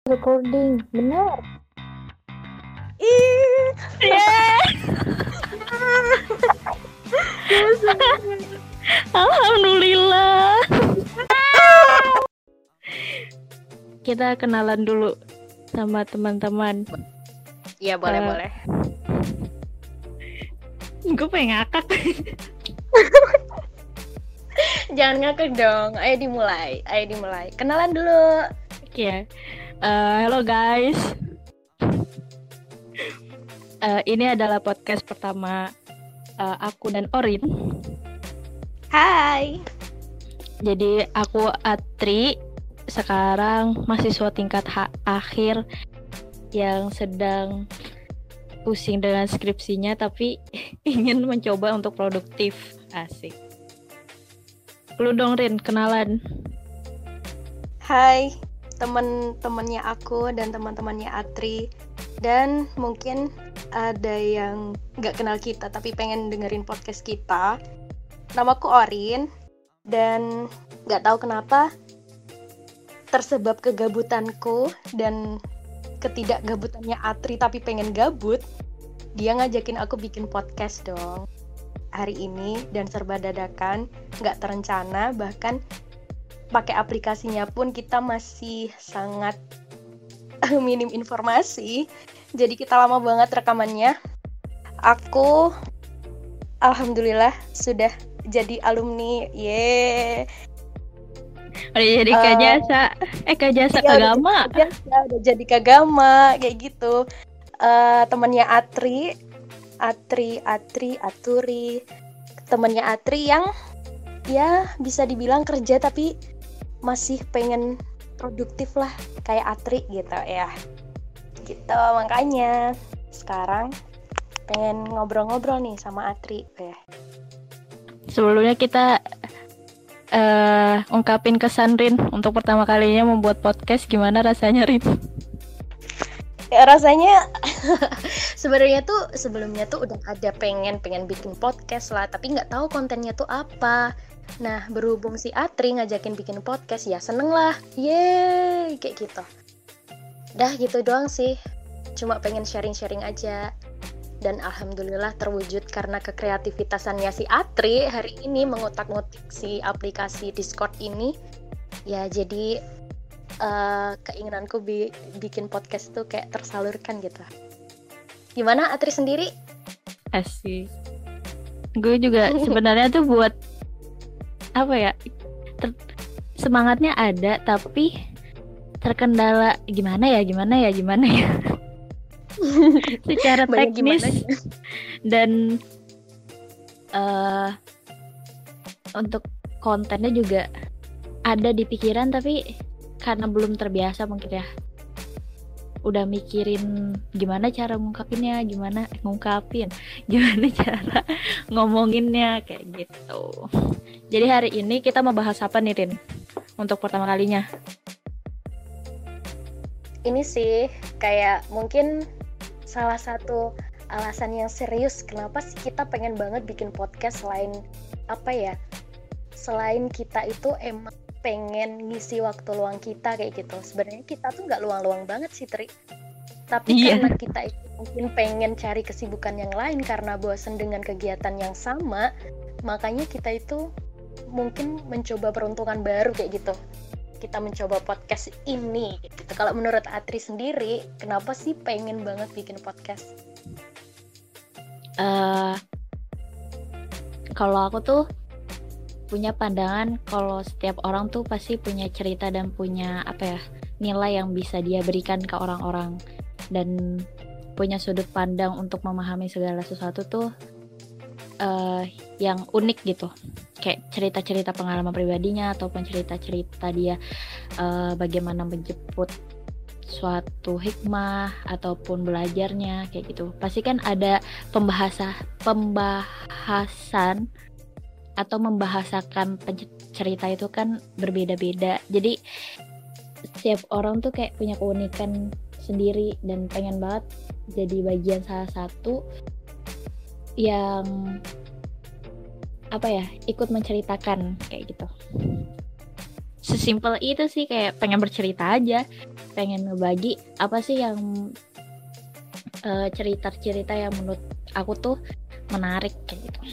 Recording, benar. Alhamdulillah. Kita kenalan dulu sama teman-teman. Iya boleh. Gue pengen ngakak. Jangan ngakak dong. Ayo dimulai. Kenalan dulu. Ya. Halo guys. Ini adalah podcast pertama aku dan Orin. Hai. Jadi aku Atri, sekarang mahasiswa tingkat akhir yang sedang pusing dengan skripsinya tapi ingin mencoba untuk produktif. Asik. Lu dong Rin, kenalan. Hai teman-temannya aku dan teman-temannya Atri. Dan mungkin ada yang gak kenal kita tapi pengen dengerin podcast kita. Namaku Orin. Dan gak tahu kenapa tersebab kegabutanku dan ketidakgabutannya Atri tapi pengen gabut, dia ngajakin aku bikin podcast dong hari ini, dan serba dadakan, gak terencana, bahkan pakai aplikasinya pun kita masih sangat minim informasi, jadi kita lama banget rekamannya. Aku alhamdulillah sudah jadi alumni, Udah jadi kajasa, kagama. Udah jadi kagama, kayak gitu. Temennya Aturi, temennya Atri yang ya bisa dibilang kerja tapi masih pengen produktif lah kayak Atri gitu ya. Gitu, makanya sekarang pengen ngobrol-ngobrol nih sama Atri ya. Sebelumnya kita ungkapin kesan Rin untuk pertama kalinya membuat podcast. Gimana rasanya Rin? Ya rasanya sebenarnya tuh sebelumnya tuh udah ada pengen bikin podcast lah, tapi nggak tahu kontennya tuh apa. Nah berhubung si Atri ngajakin bikin podcast, ya seneng lah, yeay kayak gitu. Dah gitu doang sih, cuma pengen sharing aja. Dan alhamdulillah terwujud karena kekreativitasannya si Atri hari ini mengutak-ngutik si aplikasi Discord ini. Ya jadi keinginanku bikin podcast tuh kayak tersalurkan gitu. Gimana Atri sendiri? Asik. Gue juga sebenarnya tuh buat apa ya? Semangatnya ada tapi terkendala gimana ya? Secara teknis dan untuk kontennya juga ada di pikiran tapi karena belum terbiasa mungkin ya, udah mikirin gimana cara ngungkapinnya, gimana cara ngomonginnya kayak gitu. Jadi hari ini kita mau bahas apa nih Rin untuk pertama kalinya? Ini sih kayak mungkin salah satu alasan yang serius kenapa sih kita pengen banget bikin podcast, selain kita itu emang pengen ngisi waktu luang kita kayak gitu. Sebenarnya kita tuh nggak luang-luang banget sih Tri, tapi karena kita itu mungkin pengen cari kesibukan yang lain karena bosan dengan kegiatan yang sama, makanya kita itu mungkin mencoba peruntungan baru kayak gitu. Kita mencoba podcast ini gitu. Kalau menurut Atri sendiri, kenapa sih pengen banget bikin podcast? Kalau aku tuh punya pandangan kalau setiap orang tuh pasti punya cerita dan punya nilai yang bisa dia berikan ke orang-orang, dan punya sudut pandang untuk memahami segala sesuatu tuh yang unik gitu, kayak cerita-cerita pengalaman pribadinya ataupun cerita-cerita dia bagaimana menjemput suatu hikmah ataupun belajarnya kayak gitu. Pasti kan ada pembahasan atau membahasakan cerita itu kan berbeda-beda. Jadi setiap orang tuh kayak punya keunikan sendiri dan pengen banget jadi bagian salah satu yang ikut menceritakan kayak gitu. sesimpel itu sih, kayak pengen bercerita aja, pengen ngebagi apa sih yang cerita-cerita yang menurut aku tuh menarik kayak gitu.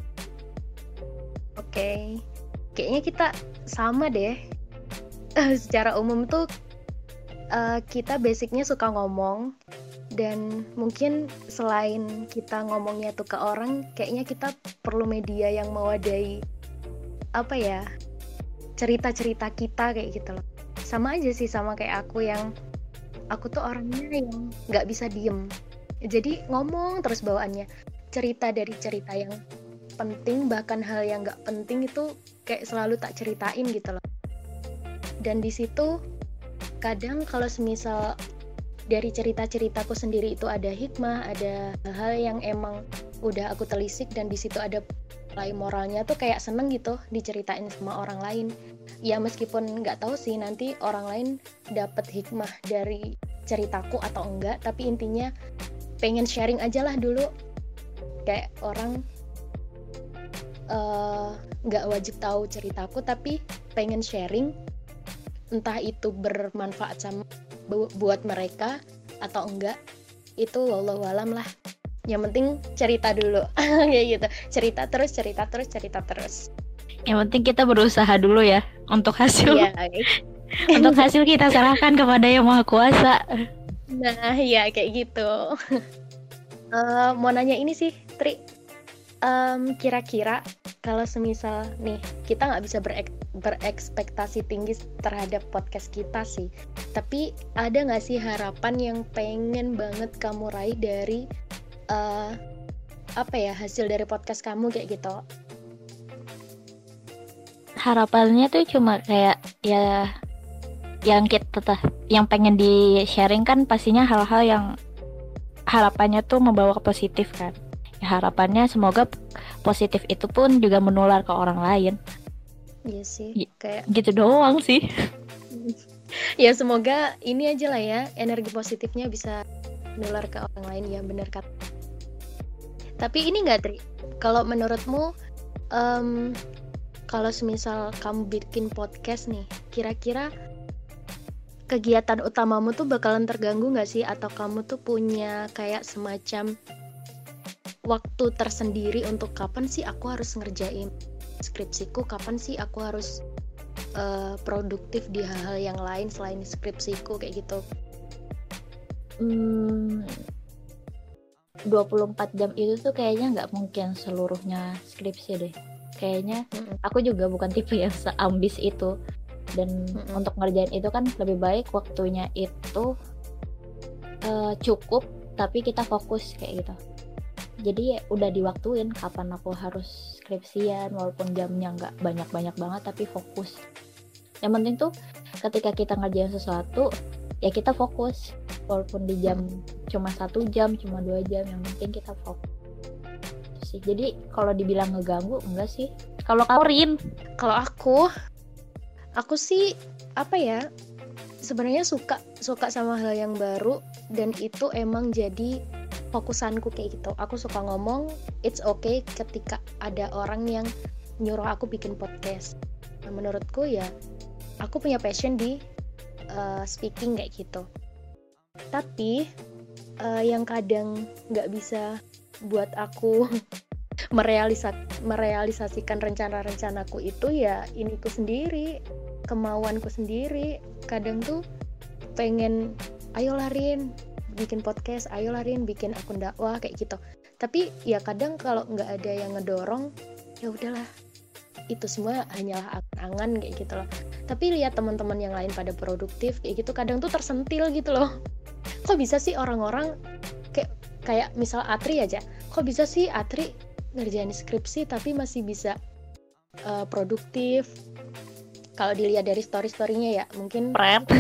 Oke. Kayaknya kita sama deh. Secara umum tuh kita basicnya suka ngomong, dan mungkin selain kita ngomongnya tuh ke orang, kayaknya kita perlu media yang mewadahi apa ya, cerita-cerita kita kayak gitu loh. Sama aja sih sama kayak aku tuh orangnya yang nggak bisa diem, jadi ngomong terus bawaannya, cerita dari cerita yang penting, bahkan hal yang nggak penting itu kayak selalu tak ceritain gitu loh. Dan di situ kadang kalau semisal dari cerita-ceritaku sendiri itu ada hikmah, ada hal yang emang udah aku telisik, dan di situ ada nilai moralnya tuh kayak seneng gitu diceritain sama orang lain. Ya meskipun nggak tahu sih nanti orang lain dapat hikmah dari ceritaku atau enggak, tapi intinya pengen sharing aja lah dulu. Kayak orang nggak wajib tahu ceritaku, tapi pengen sharing, entah itu bermanfaat sama buat mereka atau enggak, itu wallahu alam lah. Yang penting cerita dulu. Kayak gitu, cerita terus. Yang penting kita berusaha dulu ya untuk hasil. Iya. Untuk hasil kita serahkan kepada Yang Maha Kuasa. Nah ya kayak gitu. Mau nanya ini sih Tri, kira-kira kalau semisal nih kita nggak bisa berekspektasi tinggi terhadap podcast kita sih, tapi ada nggak sih harapan yang pengen banget kamu raih dari hasil dari podcast kamu kayak gitu? Harapannya tuh cuma kayak ya yang pengen di sharing kan pastinya hal-hal yang harapannya tuh membawa ke positif kan. Ya, harapannya semoga positif itu pun juga menular ke orang lain. Iya sih, kayak gitu doang sih. Ya semoga ini aja lah ya, energi positifnya bisa menular ke orang lain, ya bener kata. Tapi ini nggak Tri, kalau menurutmu kalau semisal kamu bikin podcast nih, kira-kira kegiatan utamamu tuh bakalan terganggu nggak sih? Atau kamu tuh punya kayak semacam waktu tersendiri untuk kapan sih aku harus ngerjain skripsiku, kapan sih aku harus produktif di hal-hal yang lain selain skripsiku kayak gitu? 24 jam itu tuh kayaknya nggak mungkin seluruhnya skripsi deh. Kayaknya aku juga bukan tipe yang seambis itu. Dan untuk ngerjain itu kan lebih baik waktunya itu cukup, tapi kita fokus kayak gitu. Jadi ya udah diwaktuin kapan aku harus skripsian, walaupun jamnya nggak banyak-banyak banget, tapi fokus. Yang penting tuh ketika kita ngerjain sesuatu, ya kita fokus. Walaupun di jam cuma 1 jam, cuma 2 jam, yang penting kita fokus sih. Jadi kalau dibilang ngeganggu, enggak sih. Kalau kamu Rin? Kalau aku sih apa ya, sebenarnya suka sama hal yang baru, dan itu emang jadi fokusanku kayak gitu. Aku suka ngomong, it's okay ketika ada orang yang nyuruh aku bikin podcast. Nah, menurutku ya aku punya passion di speaking kayak gitu. Tapi yang kadang nggak bisa buat aku merealisasikan rencana-rencanaku itu ya iniku sendiri, kemauanku sendiri. Kadang tuh pengen, ayo Larin bikin podcast, ayo Larin bikin akun dakwah kayak gitu. Tapi ya kadang kalau nggak ada yang ngedorong, ya udahlah, itu semua hanyalah angan-angan kayak gitu loh. Tapi lihat teman-teman yang lain pada produktif kayak gitu, kadang tuh tersentil gitu loh. Kok bisa sih orang-orang kayak misal Atri aja, kok bisa sih Atri ngerjain skripsi tapi masih bisa produktif? Kalau dilihat dari story-storynya ya mungkin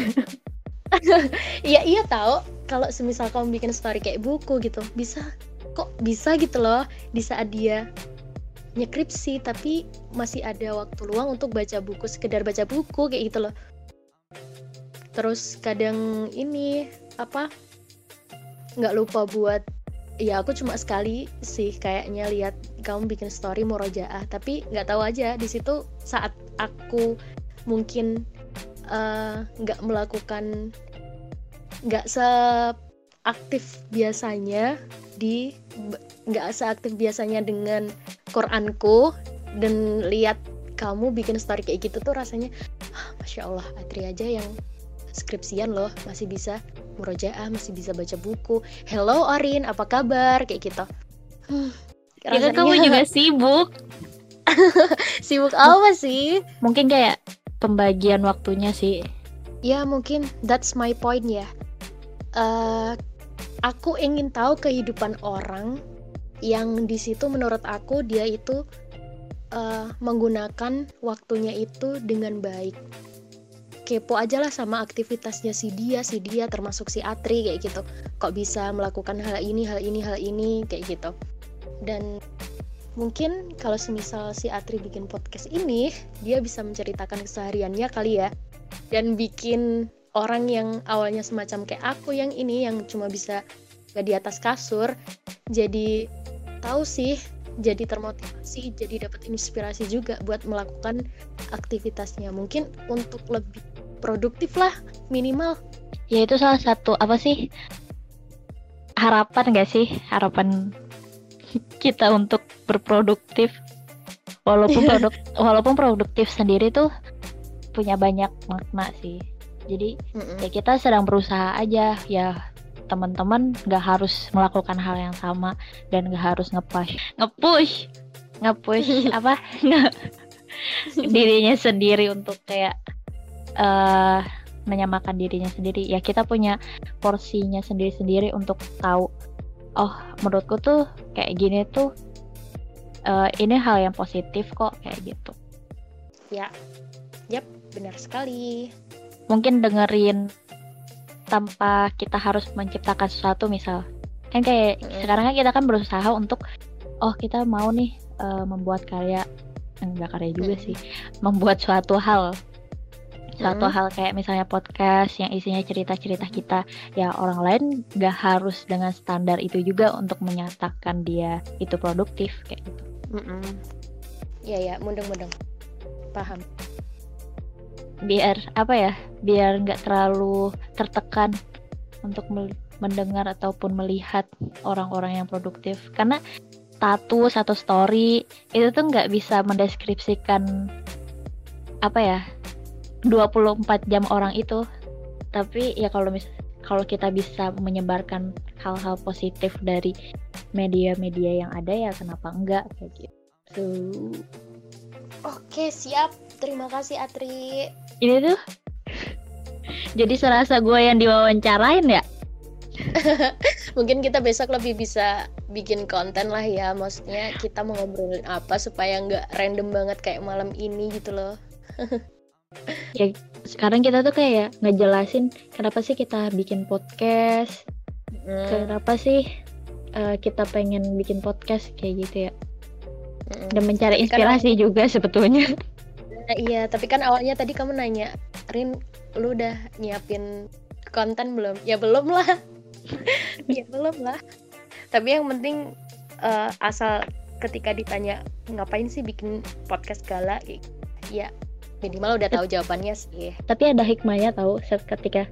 iya tahu. Kalau semisal kamu bikin story kayak buku gitu, kok bisa gitu loh di saat dia nyekripsi tapi masih ada waktu luang untuk baca buku, sekedar baca buku kayak gitu loh. Terus kadang ini nggak lupa buat, ya aku cuma sekali sih kayaknya lihat kamu bikin story murojaah, tapi nggak tahu aja di situ saat aku mungkin nggak seaktif biasanya dengan Quranku, dan lihat kamu bikin story kayak gitu tuh rasanya Masya Allah, Atri aja yang skripsian loh masih bisa murojaah, masih bisa baca buku. Hello Orin, apa kabar? Kayak gitu. Ya kan kamu juga sibuk. Sibuk apa sih? Mungkin kayak pembagian waktunya sih. Ya mungkin that's my point ya. Aku ingin tahu kehidupan orang yang di situ menurut aku dia itu menggunakan waktunya itu dengan baik. Kepo aja lah sama aktivitasnya si dia termasuk si Atri kayak gitu. Kok bisa melakukan hal ini kayak gitu. Dan mungkin kalau semisal si Atri bikin podcast ini, dia bisa menceritakan kesehariannya kali ya. Dan bikin orang yang awalnya semacam kayak aku yang ini, yang cuma bisa gak di atas kasur, jadi tahu sih, jadi termotivasi, jadi dapat inspirasi juga buat melakukan aktivitasnya. Mungkin untuk lebih produktif lah, minimal. Ya itu salah satu harapan gak sih? Harapan kita untuk berproduktif. Walaupun produktif sendiri tuh punya banyak makna sih. Jadi ya kita sedang berusaha aja ya. Teman-teman gak harus melakukan hal yang sama dan gak harus nge-push dirinya sendiri untuk kayak menyamakan dirinya sendiri. Ya kita punya porsinya sendiri-sendiri untuk tahu, oh menurutku tuh kayak gini tuh ini hal yang positif kok, kayak gitu. Ya, yap, benar sekali. Mungkin dengerin tanpa kita harus menciptakan sesuatu, misal kan kayak sekarang kan kita kan berusaha untuk kita mau nih membuat karya, enggak karya juga sih, membuat suatu hal kayak misalnya podcast yang isinya cerita-cerita kita. Ya orang lain enggak harus dengan standar itu juga untuk menyatakan dia itu produktif kayak gitu. Ya mudeng-mudeng paham. Biar nggak terlalu tertekan untuk mendengar ataupun melihat orang-orang yang produktif, karena status atau story itu tuh nggak bisa mendeskripsikan 24 jam orang itu. Tapi ya kalau kita bisa menyebarkan hal-hal positif dari media-media yang ada, ya kenapa enggak kayak gitu. Oke, siap. Terima kasih Atri. Ini tuh jadi serasa gue yang diwawancarain ya. Mungkin kita besok lebih bisa bikin konten lah ya. Maksudnya kita mau ngobrolin apa supaya nggak random banget kayak malam ini gitu loh. Ya sekarang kita tuh kayak ngejelasin kenapa sih kita bikin podcast, kenapa sih kita pengen bikin podcast kayak gitu ya. Dan mencari inspirasi juga sebetulnya. Iya, tapi kan awalnya tadi kamu nanya, Rin, lu udah nyiapin konten belum? Ya belum lah. Tapi yang penting asal ketika ditanya ngapain sih bikin podcast gala, ya minimal udah tahu jawabannya sih. Tapi ada hikmahnya tahu ketika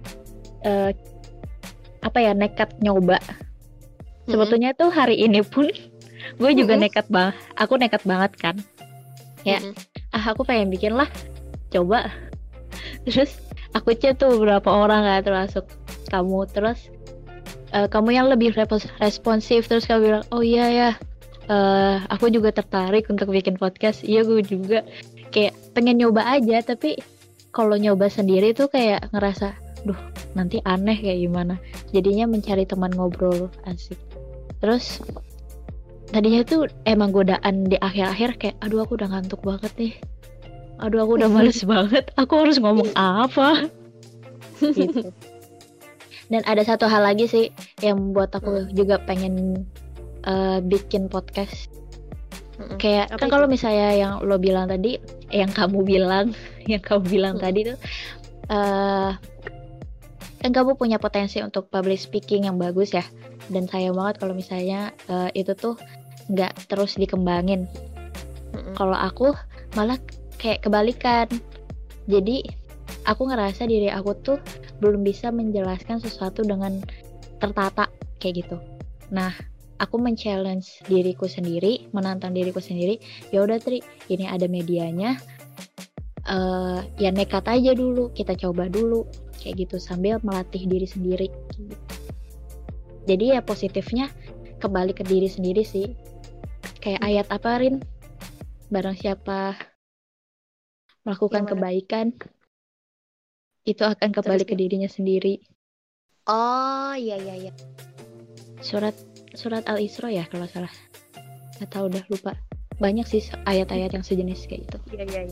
nekat nyoba. Sebetulnya tuh hari ini pun gue juga nekat banget kan. Ya, aku pengen bikin lah, coba. Terus aku chat tuh beberapa orang kan, termasuk kamu. Terus kamu yang lebih responsif. Terus kamu bilang, oh iya ya, aku juga tertarik untuk bikin podcast. Iya, gue juga kayak pengen nyoba aja. Tapi kalau nyoba sendiri tuh kayak ngerasa, duh nanti aneh kayak gimana. Jadinya mencari teman ngobrol asik. Terus tadinya tuh emang godaan di akhir-akhir kayak, aduh aku udah ngantuk banget nih, aduh aku udah males banget, aku harus ngomong apa gitu. Dan ada satu hal lagi sih yang buat aku juga pengen bikin podcast. Kayak kan kalau misalnya yang lo bilang tadi, yang kamu bilang tadi tuh kan kamu punya potensi untuk public speaking yang bagus ya. Dan sayang banget kalau misalnya itu tuh nggak terus dikembangin. Kalau aku malah kayak kebalikan, Jadi aku ngerasa diri aku tuh belum bisa menjelaskan sesuatu dengan tertata kayak gitu. Nah, aku men-challenge diriku sendiri, menantang diriku sendiri. Ya udah Tri, ini ada medianya. Ya nekat aja dulu, kita coba dulu kayak gitu sambil melatih diri sendiri. Jadi ya positifnya kembali ke diri sendiri sih. Kayak ayat apa Rin? Barang siapa melakukan kebaikan, itu akan kembali ke dirinya sendiri. Oh iya. Surat Al-Isra ya kalau salah. Nggak tahu udah lupa. Banyak sih ayat-ayat yang sejenis kayak gitu. Iya.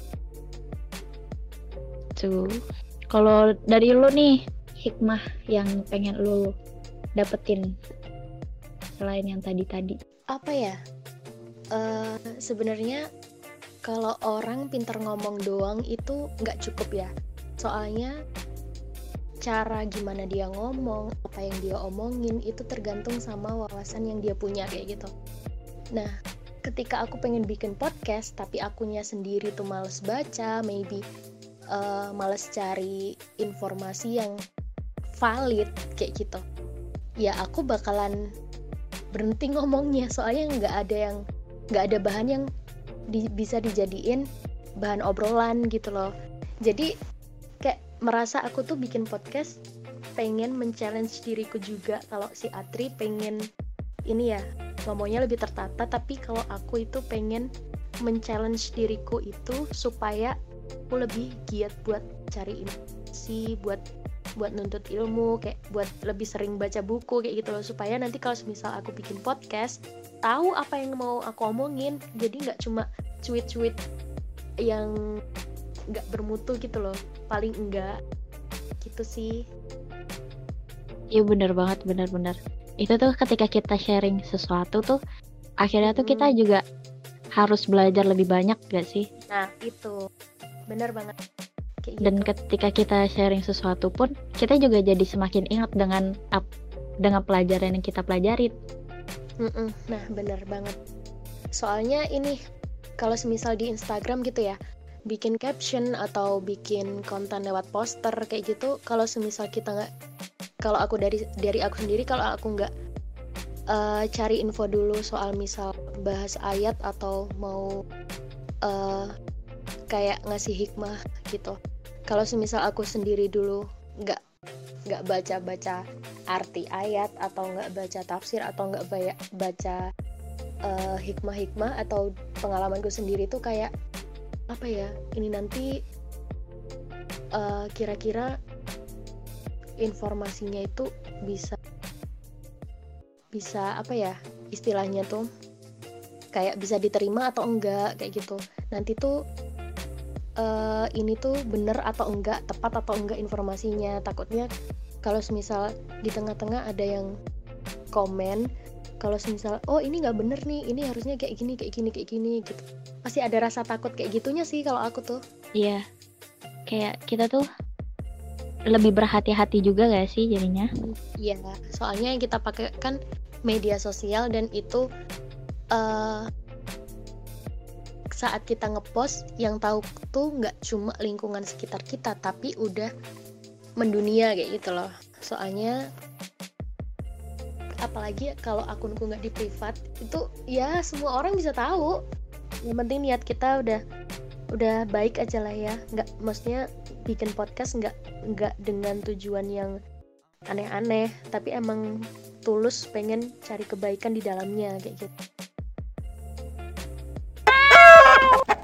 Tuh. Kalau dari lu nih, hikmah yang pengen lu dapetin selain yang tadi-tadi. Apa ya? Sebenarnya kalau orang pintar ngomong doang itu nggak cukup ya. Soalnya cara gimana dia ngomong, apa yang dia omongin itu tergantung sama wawasan yang dia punya kayak gitu. Nah, ketika aku pengen bikin podcast tapi akunya sendiri tuh males baca, maybe males cari informasi yang valid kayak gitu, ya aku bakalan berhenti ngomongnya. Soalnya nggak ada bahan yang bisa dijadiin bahan obrolan gitu loh. Jadi kayak merasa aku tuh bikin podcast pengen men-challenge diriku juga. Kalau si Atri pengen ini ya ngomongnya lebih tertata, tapi kalau aku itu pengen men-challenge diriku itu supaya aku lebih giat buat cari informasi, buat nuntut ilmu, kayak buat lebih sering baca buku kayak gitu loh, supaya nanti kalau misal aku bikin podcast tahu apa yang mau aku omongin, jadi nggak cuma cuit-cuit yang nggak bermutu gitu loh, paling enggak gitu sih. Iya benar banget, benar-benar itu tuh ketika kita sharing sesuatu tuh akhirnya tuh kita juga harus belajar lebih banyak gak sih? Nah itu benar banget kayak dan gitu. Ketika kita sharing sesuatu pun kita juga jadi semakin ingat dengan pelajaran yang kita pelajarin. Nah benar banget. Soalnya ini kalau semisal di Instagram gitu ya, bikin caption atau bikin konten lewat poster kayak gitu, kalau semisal kita nggak, kalau aku dari aku sendiri, kalau aku nggak cari info dulu soal misal bahas ayat atau mau kayak ngasih hikmah gitu, kalau semisal aku sendiri dulu nggak baca arti ayat atau nggak baca tafsir atau nggak baca hikmah atau pengalamanku sendiri tuh kayak apa ya, ini nanti kira-kira informasinya itu bisa apa ya istilahnya tuh, kayak bisa diterima atau enggak kayak gitu. Nanti tuh ini tuh bener atau enggak, tepat atau enggak informasinya. Takutnya kalau semisal di tengah-tengah ada yang komen, kalau semisal oh ini nggak bener nih, ini harusnya kayak gini gitu, pasti ada rasa takut kayak gitunya sih kalau aku tuh. Iya, kayak kita tuh lebih berhati-hati juga gak sih jadinya? Iya, soalnya yang kita pakai kan media sosial, dan itu saat kita ngepost yang tahu tuh nggak cuma lingkungan sekitar kita, tapi udah mendunia kayak gitu loh. Soalnya apalagi kalau akunku nggak di privat, itu ya semua orang bisa tahu. Yang penting niat kita udah baik aja lah ya. Nggak, maksudnya bikin podcast nggak dengan tujuan yang aneh-aneh, tapi emang tulus pengen cari kebaikan di dalamnya kayak gitu.